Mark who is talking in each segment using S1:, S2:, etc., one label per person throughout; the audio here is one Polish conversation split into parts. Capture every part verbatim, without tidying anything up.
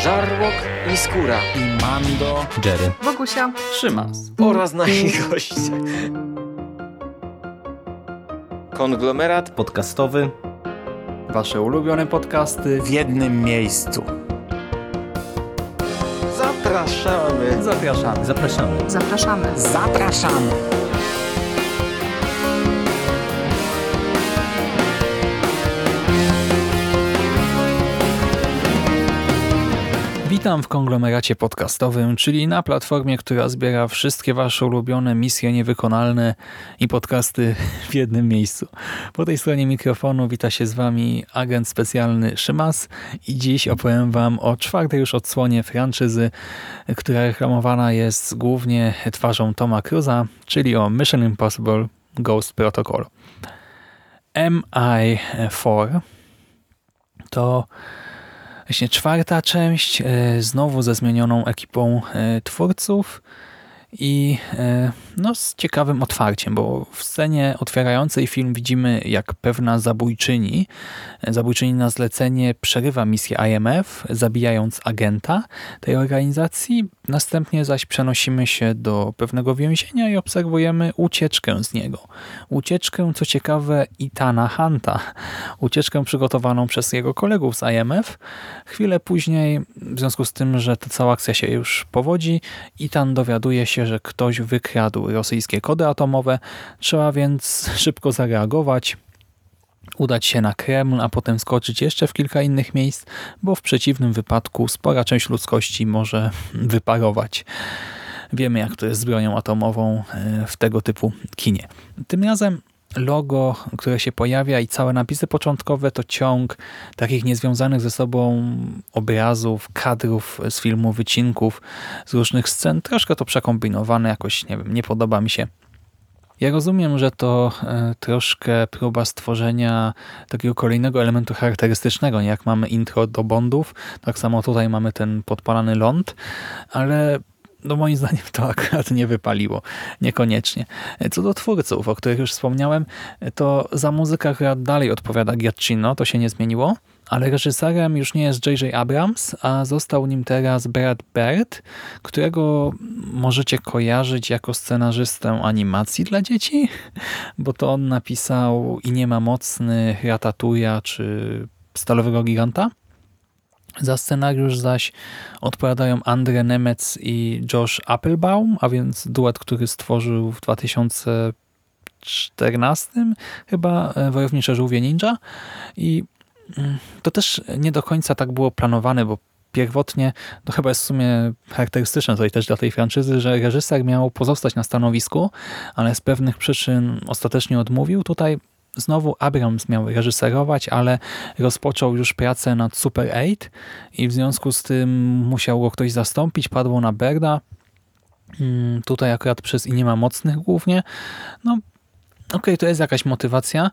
S1: Żarłok i Skóra
S2: i Mando,
S3: Jerry,
S4: Wokusia,
S3: Szymas
S1: oraz nasi goście. Konglomerat
S3: podcastowy.
S2: Wasze ulubione podcasty w jednym miejscu.
S1: Zapraszamy.
S3: Zapraszamy. Zapraszamy.
S4: zapraszamy.
S2: Zapraszamy. Witam w konglomeracie podcastowym, czyli na platformie, która zbiera wszystkie wasze ulubione misje niewykonalne i podcasty w jednym miejscu. Po tej stronie mikrofonu wita się z wami agent specjalny Szymas i dziś opowiem wam o czwartej już odsłonie franczyzy, która reklamowana jest głównie twarzą Toma Cruise'a, czyli o Mission Impossible Ghost Protocol. M I cztery to właśnie czwarta część, znowu ze zmienioną ekipą twórców i no, z ciekawym otwarciem, bo w scenie otwierającej film widzimy, jak pewna zabójczyni, zabójczyni na zlecenie przerywa misję I M F, zabijając agenta tej organizacji. Następnie zaś przenosimy się do pewnego więzienia i obserwujemy ucieczkę z niego. Ucieczkę, co ciekawe, Ethana Hunta. Ucieczkę przygotowaną przez jego kolegów z I M F. Chwilę później, w związku z tym, że ta cała akcja się już powodzi, Ethan dowiaduje się, że ktoś wykradł rosyjskie kody atomowe. Trzeba więc szybko zareagować, udać się na Kreml, a potem skoczyć jeszcze w kilka innych miejsc, bo w przeciwnym wypadku spora część ludzkości może wyparować. Wiemy, jak to jest z bronią atomową w tego typu kinie. Tym razem logo, które się pojawia i całe napisy początkowe to ciąg takich niezwiązanych ze sobą obrazów, kadrów z filmu, wycinków z różnych scen. Troszkę to przekombinowane, jakoś nie wiem, nie podoba mi się. Ja rozumiem, że to e, troszkę próba stworzenia takiego kolejnego elementu charakterystycznego, nie jak mamy intro do Bondów, tak samo tutaj mamy ten podpalany ląd, ale no moim zdaniem to akurat nie wypaliło. Niekoniecznie. Co do twórców, o których już wspomniałem, to za muzykę akurat dalej odpowiada Giacchino, to się nie zmieniło, ale reżyserem już nie jest J J Abrams, a został nim teraz Brad Bird, którego możecie kojarzyć jako scenarzystę animacji dla dzieci, bo to on napisał I nie ma mocny, Ratatouille'a czy Stalowego Giganta. Za scenariusz zaś odpowiadają Andre Nemec i Josh Applebaum, a więc duet, który stworzył w dwa tysiące czternastym chyba Wojownicze Żółwie Ninja. I to też nie do końca tak było planowane, bo pierwotnie, to chyba jest w sumie charakterystyczne tutaj też dla tej franczyzy, że reżyser miał pozostać na stanowisku, ale z pewnych przyczyn ostatecznie odmówił. Tutaj znowu Abrams miał reżyserować, ale rozpoczął już pracę nad Super osiem i w związku z tym musiał go ktoś zastąpić. Padło na Berda. Tutaj akurat przez I nie ma mocnych głównie. No okej, okay, to jest jakaś motywacja,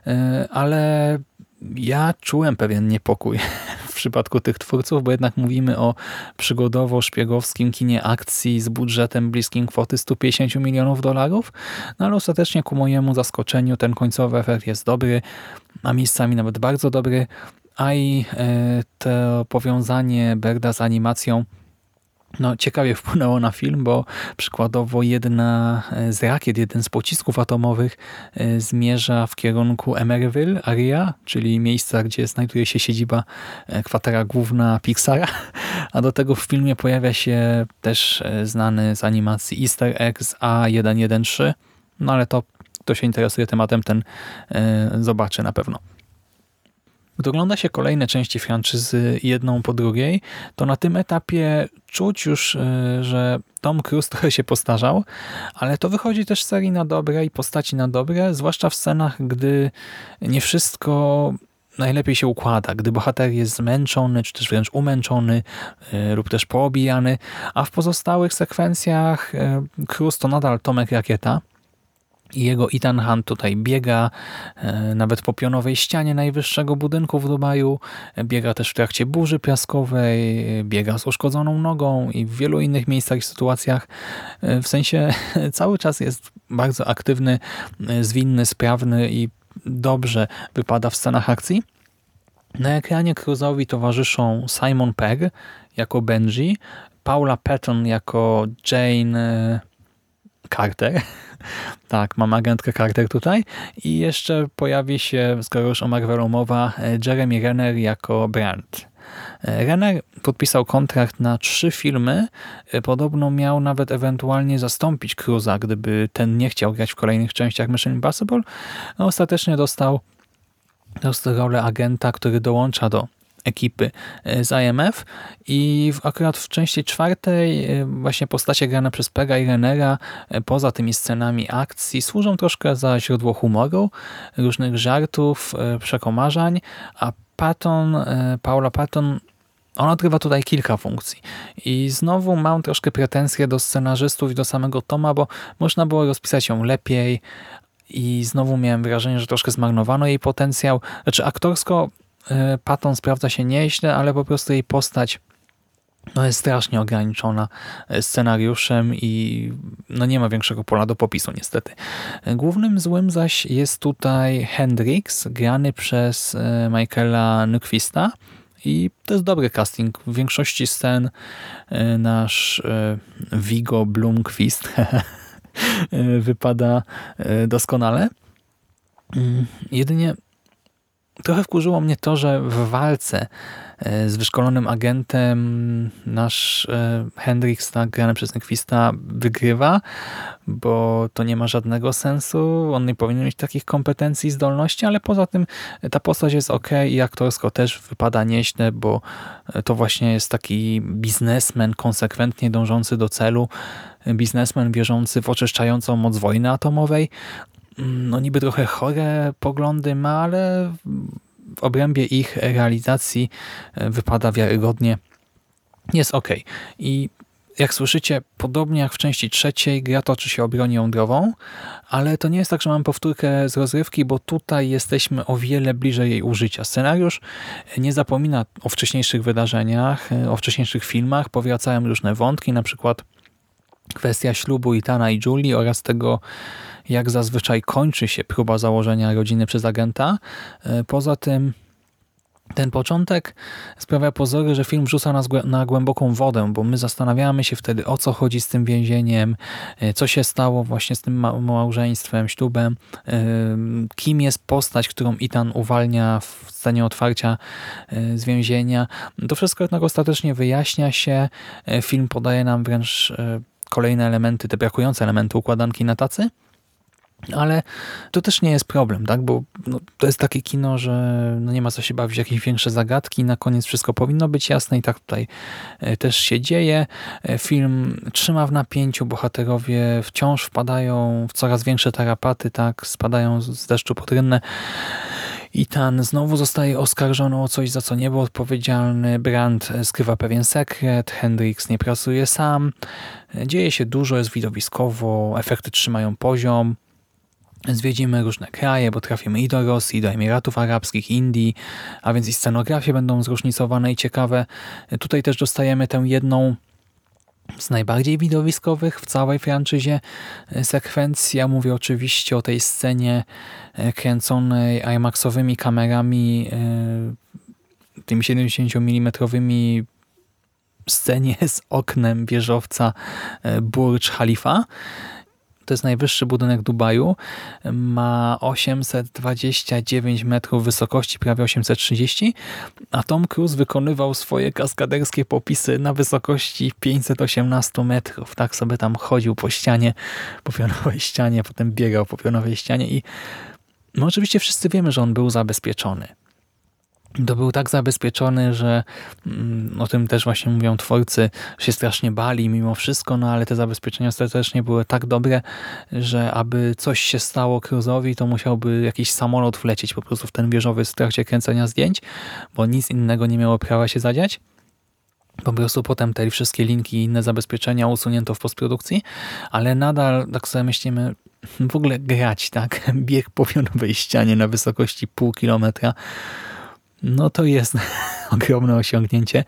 S2: ale ja czułem pewien niepokój w przypadku tych twórców, bo jednak mówimy o przygodowo-szpiegowskim kinie akcji z budżetem bliskim kwoty stu pięćdziesięciu milionów dolarów, no ale ostatecznie ku mojemu zaskoczeniu ten końcowy efekt jest dobry, a miejscami nawet bardzo dobry, a i to powiązanie Berda z animacją no, ciekawie wpłynęło na film, bo przykładowo jedna z rakiet, jeden z pocisków atomowych zmierza w kierunku Emeryville Area, czyli miejsca, gdzie znajduje się siedziba, kwatera główna Pixara, a do tego w filmie pojawia się też znany z animacji easter egg z A sto jedenasty, no ale to, kto się interesuje tematem, ten zobaczy na pewno. Gdy ogląda się kolejne części franczyzy jedną po drugiej, to na tym etapie czuć już, że Tom Cruise trochę się postarzał, ale to wychodzi też z serii na dobre i postaci na dobre, zwłaszcza w scenach, gdy nie wszystko najlepiej się układa, gdy bohater jest zmęczony, czy też wręcz umęczony lub też poobijany, a w pozostałych sekwencjach Cruise to nadal Tomek Rakieta. I jego Ethan Hunt tutaj biega, nawet po pionowej ścianie najwyższego budynku w Dubaju, biega też w trakcie burzy piaskowej, biega z uszkodzoną nogą i w wielu innych miejscach i sytuacjach. W sensie cały czas jest bardzo aktywny, zwinny, sprawny i dobrze wypada w scenach akcji. Na ekranie Cruise'owi towarzyszą Simon Pegg jako Benji, Paula Patton jako Jane Carter. Tak, mam agentkę Carter tutaj. I jeszcze pojawi się, skoro już o Marvelu mowa, Jeremy Renner jako Brand. Renner podpisał kontrakt na trzy filmy. Podobno miał nawet ewentualnie zastąpić Cruise'a, gdyby ten nie chciał grać w kolejnych częściach Mission Impossible. No, ostatecznie dostał, dostał rolę agenta, który dołącza do ekipy z I M F i w, akurat w części czwartej właśnie postacie grane przez Pegga i Rennera poza tymi scenami akcji służą troszkę za źródło humoru, różnych żartów, przekomarzań, a Patton, Paula Patton, ona odgrywa tutaj kilka funkcji. I znowu mam troszkę pretensje do scenarzystów i do samego Toma, bo można było rozpisać ją lepiej i znowu miałem wrażenie, że troszkę zmarnowano jej potencjał. Znaczy aktorsko Patton sprawdza się nieźle, ale po prostu jej postać no, jest strasznie ograniczona scenariuszem i no, nie ma większego pola do popisu niestety. Głównym złym zaś jest tutaj Hendrix, grany przez Michaela Nyqvista i to jest dobry casting. W większości scen nasz Viggo Blomqvist wypada doskonale. Jedynie trochę wkurzyło mnie to, że w walce z wyszkolonym agentem nasz Hendrix, tak, grany przez Nyqvista, wygrywa, bo to nie ma żadnego sensu. On nie powinien mieć takich kompetencji i zdolności, ale poza tym ta postać jest ok i aktorsko też wypada nieźle, bo to właśnie jest taki biznesmen konsekwentnie dążący do celu, biznesmen wierzący w oczyszczającą moc wojny atomowej. No niby trochę chore poglądy ma, ale w obrębie ich realizacji wypada wiarygodnie. Jest ok. I jak słyszycie, podobnie jak w części trzeciej, gra toczy się o broń jądrową, ale to nie jest tak, że mamy powtórkę z rozrywki, bo tutaj jesteśmy o wiele bliżej jej użycia. Scenariusz nie zapomina o wcześniejszych wydarzeniach, o wcześniejszych filmach, powracają różne wątki, na przykład kwestia ślubu Ethana i Julie oraz tego, jak zazwyczaj kończy się próba założenia rodziny przez agenta. Poza tym ten początek sprawia pozory, że film wrzuca nas na głęboką wodę, bo my zastanawiamy się wtedy, o co chodzi z tym więzieniem, co się stało właśnie z tym małżeństwem, ślubem, kim jest postać, którą Ethan uwalnia w scenie otwarcia z więzienia. To wszystko jednak ostatecznie wyjaśnia się. Film podaje nam wręcz kolejne elementy, te brakujące elementy układanki na tacy. Ale to też nie jest problem, tak? Bo no, to jest takie kino, że no nie ma co się bawić w jakieś większe zagadki. Na koniec wszystko powinno być jasne i tak tutaj też się dzieje. Film trzyma w napięciu, bohaterowie wciąż wpadają w coraz większe tarapaty, tak? Spadają z deszczu pod rynnę. Ethan znowu zostaje oskarżony o coś, za co nie był odpowiedzialny. Brand skrywa pewien sekret. Hendrix nie pracuje sam. Dzieje się dużo, jest widowiskowo, efekty trzymają poziom. Zwiedzimy różne kraje, bo trafimy i do Rosji, i do Emiratów Arabskich, Indii, a więc i scenografie będą zróżnicowane i ciekawe. Tutaj też dostajemy tę jedną z najbardziej widowiskowych w całej franczyzie sekwencji. Ja mówię oczywiście o tej scenie kręconej IMAXowymi kamerami, tymi siedemdziesięciomilimetrowymi, scenie z oknem wieżowca Burj Khalifa. To jest najwyższy budynek Dubaju. Ma osiemset dwadzieścia dziewięć metrów wysokości, prawie osiemset trzydzieści, a Tom Cruise wykonywał swoje kaskaderskie popisy na wysokości pięćset osiemnaście metrów. Tak sobie tam chodził po ścianie, po pionowej ścianie, potem biegał po pionowej ścianie i no oczywiście wszyscy wiemy, że on był zabezpieczony. To był tak zabezpieczony, że o tym też właśnie mówią twórcy, się strasznie bali mimo wszystko, no ale te zabezpieczenia ostatecznie były tak dobre, że aby coś się stało Cruise'owi, to musiałby jakiś samolot wlecieć po prostu w ten wieżowy w trakcie kręcenia zdjęć, bo nic innego nie miało prawa się zadziać. Po prostu potem te wszystkie linki i inne zabezpieczenia usunięto w postprodukcji, ale nadal, tak sobie myślimy, w ogóle grać, tak? Bieg po pionowej ścianie na wysokości pół kilometra, no to jest ogromne osiągnięcie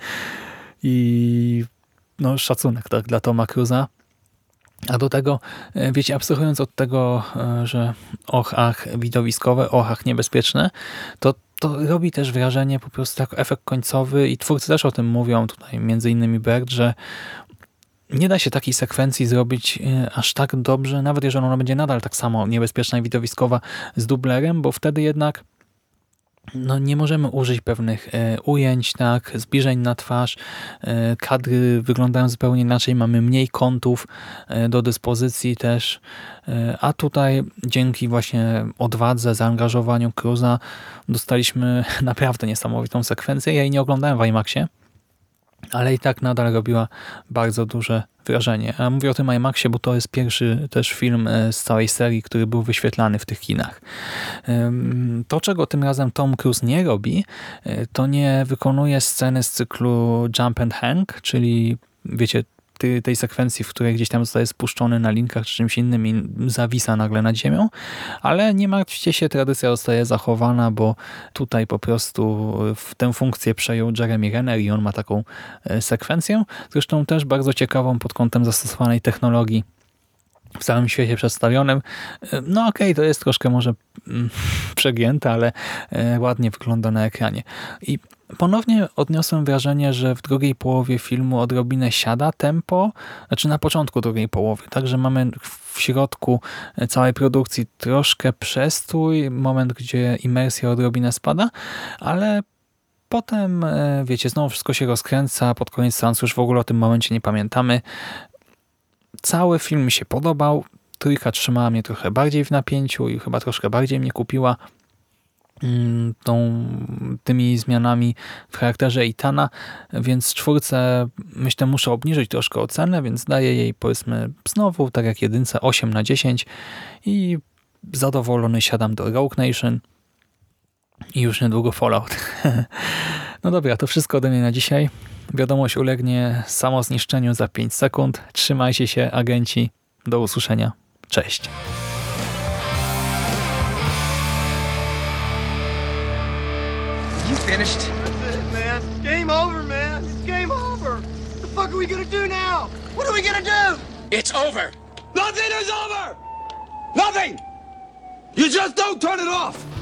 S2: i no szacunek, tak, dla Toma Cruise'a. A do tego, wiecie, abstrahując od tego, że och, ach, widowiskowe, och, ach, niebezpieczne, to to robi też wrażenie po prostu jako efekt końcowy i twórcy też o tym mówią, tutaj między innymi Bert, że nie da się takiej sekwencji zrobić aż tak dobrze, nawet jeżeli ona będzie nadal tak samo niebezpieczna i widowiskowa z dublerem, bo wtedy jednak no nie możemy użyć pewnych e, ujęć, tak, zbliżeń na twarz, e, kadry wyglądają zupełnie inaczej, mamy mniej kątów e, do dyspozycji też, e, a tutaj dzięki właśnie odwadze, zaangażowaniu Cruise'a dostaliśmy naprawdę niesamowitą sekwencję. Ja jej nie oglądałem w IMAXie, ale i tak nadal robiła bardzo duże wrażenie. A mówię o tym IMAXie, bo to jest pierwszy też film z całej serii, który był wyświetlany w tych kinach. To, czego tym razem Tom Cruise nie robi, to nie wykonuje sceny z cyklu Jump and Hang, czyli wiecie, tej sekwencji, w której gdzieś tam zostaje spuszczony na linkach czy czymś innym i zawisa nagle nad ziemią, ale nie martwcie się, tradycja zostaje zachowana, bo tutaj po prostu w tę funkcję przejął Jeremy Renner i on ma taką sekwencję, zresztą też bardzo ciekawą pod kątem zastosowanej technologii w całym świecie przedstawionym. No okej, okay, to jest troszkę może mm, przegięte, ale e, ładnie wygląda na ekranie. I ponownie odniosłem wrażenie, że w drugiej połowie filmu odrobinę siada tempo, znaczy na początku drugiej połowy, także mamy w środku całej produkcji troszkę przestój, moment, gdzie imersja odrobinę spada, ale potem, e, wiecie, znowu wszystko się rozkręca, pod koniec seansu już w ogóle o tym momencie nie pamiętamy. Cały film mi się podobał. Trójka trzymała mnie trochę bardziej w napięciu i chyba troszkę bardziej mnie kupiła tą, tymi zmianami w charakterze Ethana, więc czwórce myślę muszę obniżyć troszkę ocenę, więc daję jej powiedzmy znowu, tak jak jedynce, osiem na dziesięć i zadowolony siadam do Rogue Nation i już niedługo Fallout. No dobra, to wszystko ode mnie na dzisiaj. Wiadomość ulegnie samozniszczeniu za pięć sekund. Trzymajcie się, agenci. Do usłyszenia. Cześć.
S4: You finished? That's it, man. Game over, man. It's game over. What the fuck are we gonna do now? What are we gonna do?
S5: It's over.
S4: Nothing is over! Nothing! You just don't turn it off!